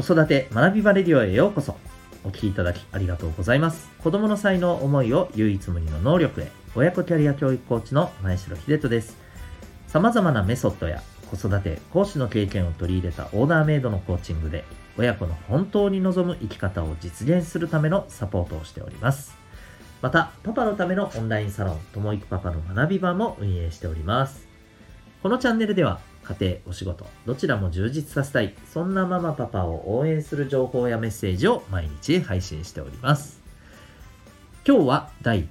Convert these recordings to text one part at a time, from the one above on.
育て学びバレディオへようこそ。お聞きいただきありがとうございます。子供の才能思いを唯一無二の能力へ、親子キャリア教育コーチの前城秀人です。様々なメソッドや子育て講師の経験を取り入れたオーダーメイドのコーチングで、親子の本当に望む生き方を実現するためのサポートをしております。またパパのためのオンラインサロンともいくパパの学び場も運営しております。このチャンネルでは家庭、お仕事、どちらも充実させたい、そんなママパパを応援する情報やメッセージを毎日配信しております。今日は第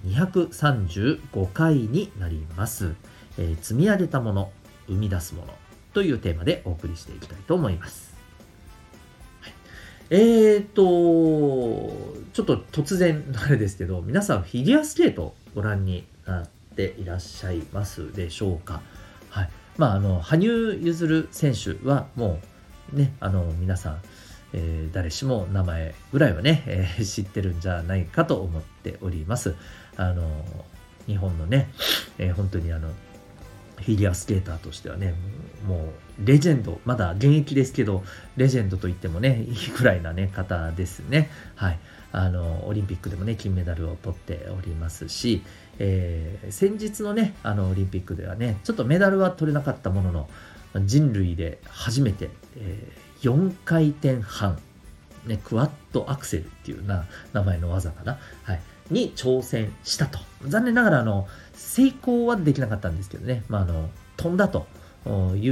235回になります。積み上げたもの、生み出すものというテーマでお送りしていきたいと思います。ちょっと突然のあれですけど、皆さんフィギュアスケートをご覧になっていらっしゃいますでしょうか。はい。羽生結弦選手はもうね、皆さん、誰しも名前ぐらいはね、知ってるんじゃないかと思っております。日本のね、本当にフィギュアスケーターとしてはね、もうレジェンド、まだ現役ですけどレジェンドと言ってもねいいくらいなね方ですね。はい。オリンピックでもね金メダルを取っておりますし、先日のねオリンピックではねちょっとメダルは取れなかったものの、人類で初めて、4回転半、ね、クワッドアクセルっていう名前の技かな、はい、に挑戦したと。残念ながら成功はできなかったんですけどね、飛んだという、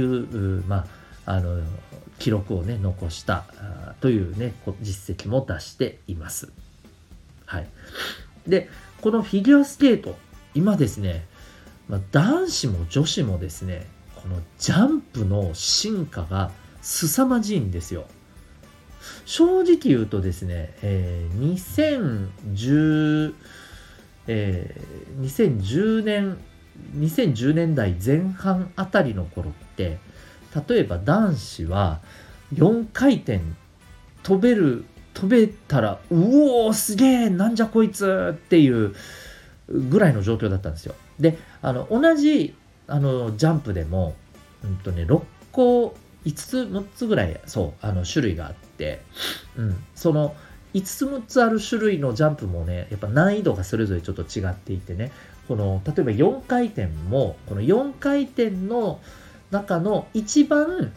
記録をね残したというね実績も出しています。はい。でこのフィギュアスケート、今ですね、男子も女子もですね、このジャンプの進化が凄まじいんですよ。正直言うとですね、2010年代前半あたりの頃って、例えば男子は4回転飛べたらうおーすげえなんじゃこいつっていうぐらいの状況だったんですよ。で同じジャンプでも6個5つ6つぐらい種類があって、その5つ6つある種類のジャンプもねやっぱ難易度がそれぞれちょっと違っていてね、例えば4回転もこの4回転の中の一番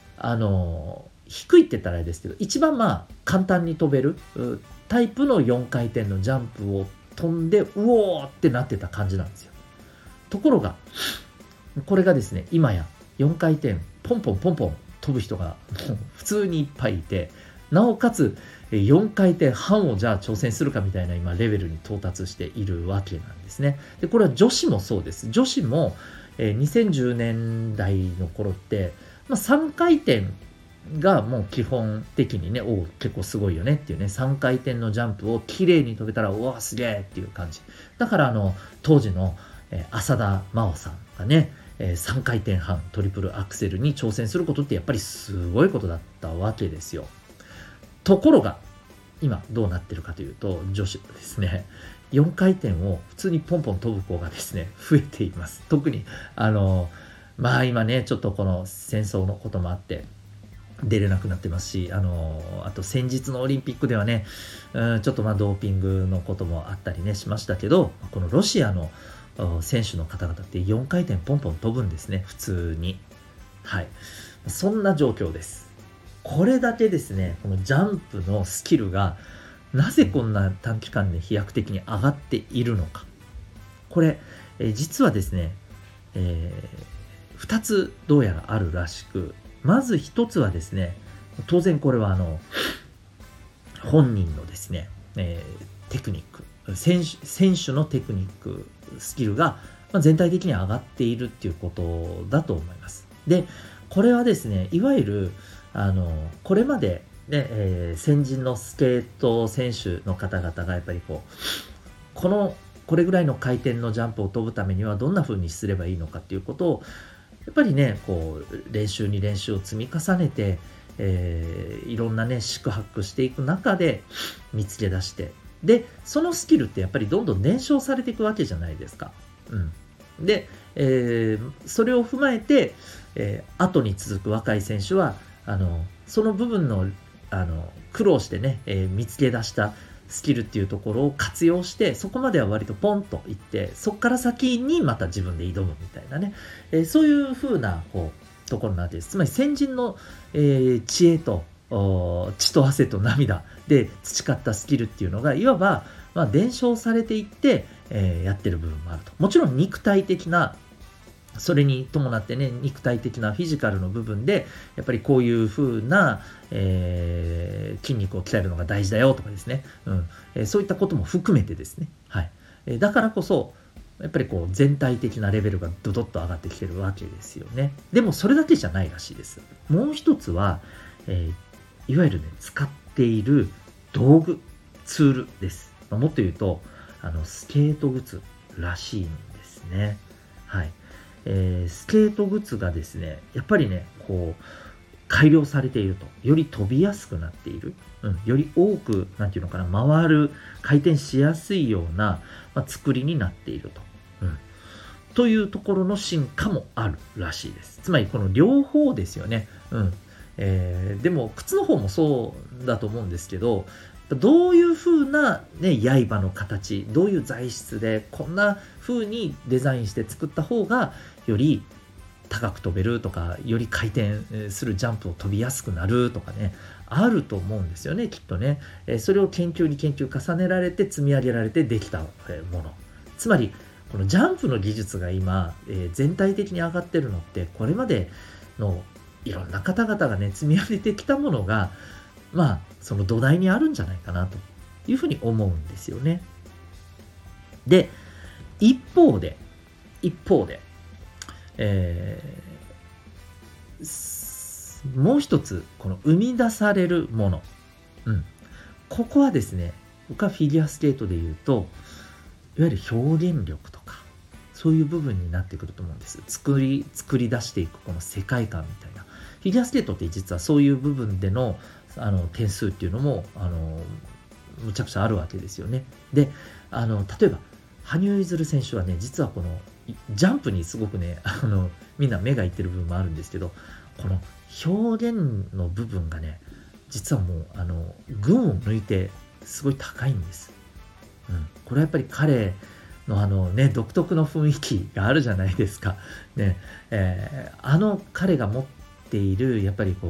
低いって言ったらあれですけど、一番簡単に飛べるタイプの4回転のジャンプを飛んでうおーってなってた感じなんですよ。ところがこれがですね、今や4回転ポンポン飛ぶ人がもう普通にいっぱいいて、なおかつ4回転半をじゃあ挑戦するかみたいな今レベルに到達しているわけなんですね。でこれは女子もそうです。女子も2010年代の頃って、3回転がもう基本的にね、結構すごいよねっていうね、3回転のジャンプを綺麗に飛べたらうわすげえっていう感じだから、当時の浅田真央さんがね、3回転半トリプルアクセルに挑戦することってやっぱりすごいことだったわけですよ。ところが今どうなってるかというと、女子はですね4回転を普通にポンポン飛ぶ子がですね増えています。特に今ねちょっとこの戦争のこともあって出れなくなってますし、あと先日のオリンピックではね、ちょっとドーピングのこともあったりねしましたけど、このロシアの選手の方々って4回転ポンポン飛ぶんですね、普通に。はい。そんな状況です。これだけですね、このジャンプのスキルがなぜこんな短期間で飛躍的に上がっているのか。これ、実はですね、2つどうやらあるらしく、まず1つはですね、当然これは本人のですね、テクニック、選手のテクニック、スキルが全体的に上がっているっていうことだと思います。で、これはですね、いわゆるこれまでね、先人のスケート選手の方々がやっぱりこれぐらいの回転のジャンプを飛ぶためにはどんな風にすればいいのかっていうことをやっぱりね練習に練習を積み重ねて、いろんなね四苦八苦していく中で見つけ出して、でそのスキルってやっぱりどんどん燃焼されていくわけじゃないですか。で、それを踏まえて、後に続く若い選手はその部分の苦労してね、見つけ出したスキルっていうところを活用して、そこまでは割とポンといって、そこから先にまた自分で挑むみたいなね、そういう風なところなんです。つまり先人の、知恵と血と汗と涙で培ったスキルっていうのが、いわば、伝承されていって、やってる部分もあると。もちろん肉体的な、それに伴ってね、肉体的なフィジカルの部分で、やっぱりこういう風な、筋肉を鍛えるのが大事だよとかですね、そういったことも含めてですね、はい。だからこそ、やっぱり全体的なレベルがドドッと上がってきてるわけですよね。でもそれだけじゃないらしいです。もう一つは、いわゆるね、使っている道具、ツールです。もっと言うと、スケート靴らしいんですね。はい。スケート靴がですね、やっぱりね、改良されていると。より飛びやすくなっている。より多く、なんていうのかな、回る、回転しやすいような、作りになっていると。というところの進化もあるらしいです。つまり、この両方ですよね。でも、靴の方もそうだと思うんですけど、どういう風なね、刃の形、どういう材質で、こんな風にデザインして作った方が、より高く飛べるとか、より回転するジャンプを飛びやすくなるとかね、あると思うんですよね、きっとね。それを研究に研究重ねられて積み上げられてできたもの。つまり、このジャンプの技術が今、全体的に上がってるのって、これまでのいろんな方々がね、積み上げてきたものが、その土台にあるんじゃないかなというふうに思うんですよね。で、一方で、もう一つ、この生み出されるもの。ここはですね、僕はフィギュアスケートで言うと、いわゆる表現力とか、そういう部分になってくると思うんです。作り出していくこの世界観みたいな。フィギュアスケートって実はそういう部分での点数っていうのもむちゃくちゃあるわけですよね。で、例えば羽生結弦選手はね、実はこのジャンプにすごくね、みんな目がいってる部分もあるんですけど、この表現の部分がね、実はもう群を抜いてすごい高いんです。これはやっぱり彼の独特の雰囲気があるじゃないですか。ね、彼が持っているやっぱり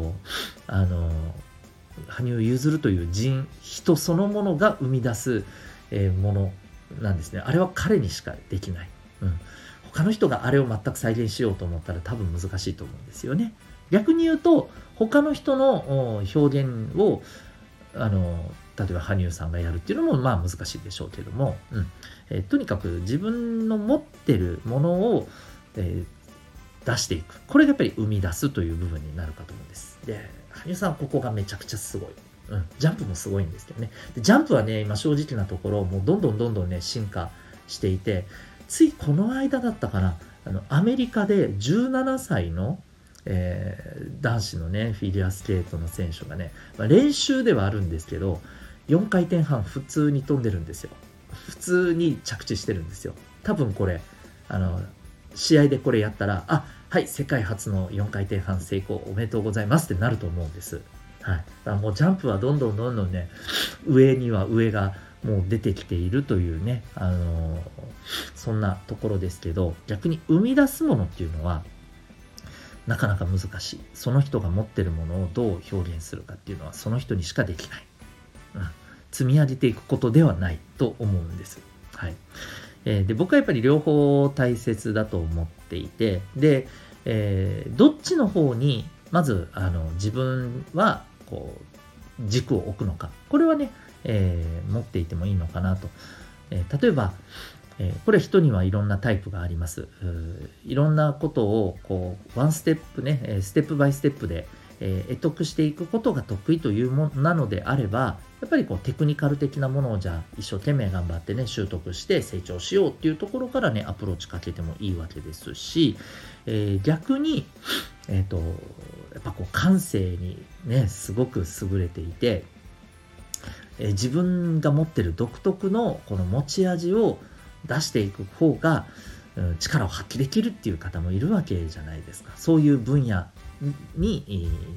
羽生結弦という人そのものが生み出す、ものなんですね。あれは彼にしかできない。他の人があれを全く再現しようと思ったら多分難しいと思うんですよね。逆に言うと、他の人の表現を、例えば羽生さんがやるっていうのも難しいでしょうけども、とにかく自分の持ってるものを、出していく。これがやっぱり生み出すという部分になるかと思うんです。で、羽生さんここがめちゃくちゃすごい。ジャンプもすごいんですけどね。でジャンプはね、今正直なところ、もうどんどんね、進化していて、ついこの間だったかな、アメリカで17歳の、男子のね、フィギュアスケートの選手がね、練習ではあるんですけど、4回転半普通に飛んでるんですよ。普通に着地してるんですよ。多分これ、試合でこれやったら、はい、世界初の4回転半成功おめでとうございますってなると思うんです。はい。だからもうジャンプはどんどんね、上には上がもう出てきているというね、そんなところですけど、逆に生み出すものっていうのは、なかなか難しい。その人が持ってるものをどう表現するかっていうのは、その人にしかできない。積み上げていくことではないと思うんです。はい。で、僕はやっぱり両方大切だと思っていて、で、どっちの方にまず自分は軸を置くのか、これはね、持っていてもいいのかなと。例えば、これ人にはいろんなタイプがあります。いろんなことをワンステップね、ステップバイステップで、得得していくことが得意というものなのであれば、やっぱりテクニカル的なものをじゃあ一生懸命頑張ってね、習得して成長しようっていうところからね、アプローチかけてもいいわけですし、逆に、やっぱ感性にね、すごく優れていて、自分が持ってる独特のこの持ち味を出していく方が、力を発揮できるっていう方もいるわけじゃないですか。そういう分野に、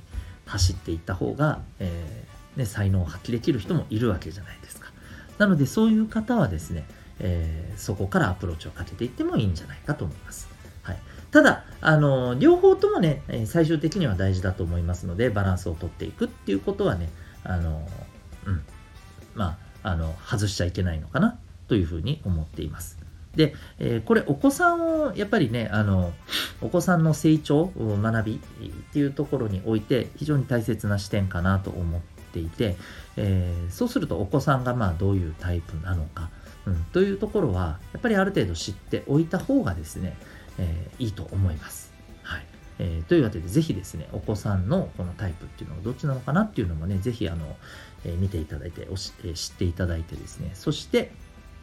走っていった方が、才能を発揮できる人もいるわけじゃないですか。なのでそういう方はですね、そこからアプローチをかけていってもいいんじゃないかと思います。はい、ただ両方ともね最終的には大事だと思いますので、バランスをとっていくっていうことはね外しちゃいけないのかなというふうに思っています。で、これお子さんをやっぱりねお子さんの成長学びっていうところにおいて非常に大切な視点かなと思っていて、そうするとお子さんがどういうタイプなのか、というところはやっぱりある程度知っておいた方がですね、いいと思います。はい。というわけでぜひですねお子さんのこのタイプっていうのがどっちなのかなっていうのもねぜひ見ていただいて知っていただいてですね、そして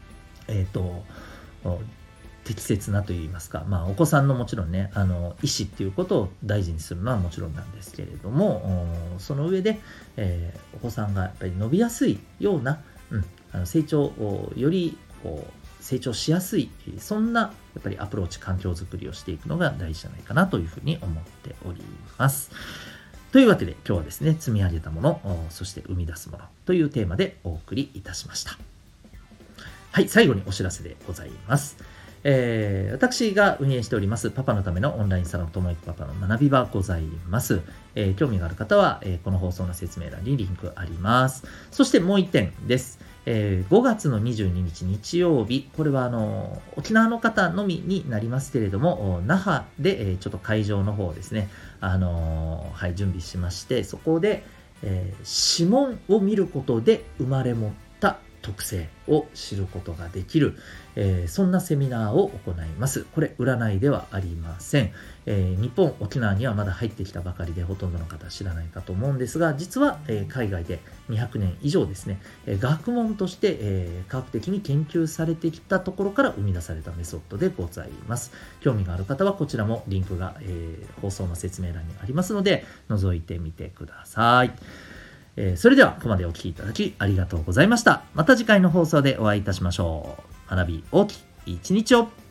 適切なといいますか、お子さんのもちろんね意思っていうことを大事にするのはもちろんなんですけれども、その上で、お子さんがやっぱり伸びやすいような、成長をより成長しやすいそんなやっぱりアプローチ環境づくりをしていくのが大事じゃないかなというふうに思っております。というわけで今日はですね積み上げたものそして生み出すものというテーマでお送りいたしました。はい、最後にお知らせでございます。私が運営しておりますパパのためのオンラインサロンともいくパパの学び場ございます。興味がある方は、この放送の説明欄にリンクあります。そしてもう一点です。5月の22日日曜日、これは沖縄の方のみになりますけれども、那覇で、ちょっと会場の方をですね、準備しまして、そこで、指紋を見ることで生まれ持った特性を知ることができる、そんなセミナーを行います。これ占いではありません。日本沖縄にはまだ入ってきたばかりでほとんどの方知らないかと思うんですが、実は、海外で200年以上ですね、学問として、科学的に研究されてきたところから生み出されたメソッドでございます。興味がある方はこちらもリンクが、放送の説明欄にありますので覗いてみてください。それではここまでお聞きいただきありがとうございました。また次回の放送でお会いいたしましょう。学び大きい一日を。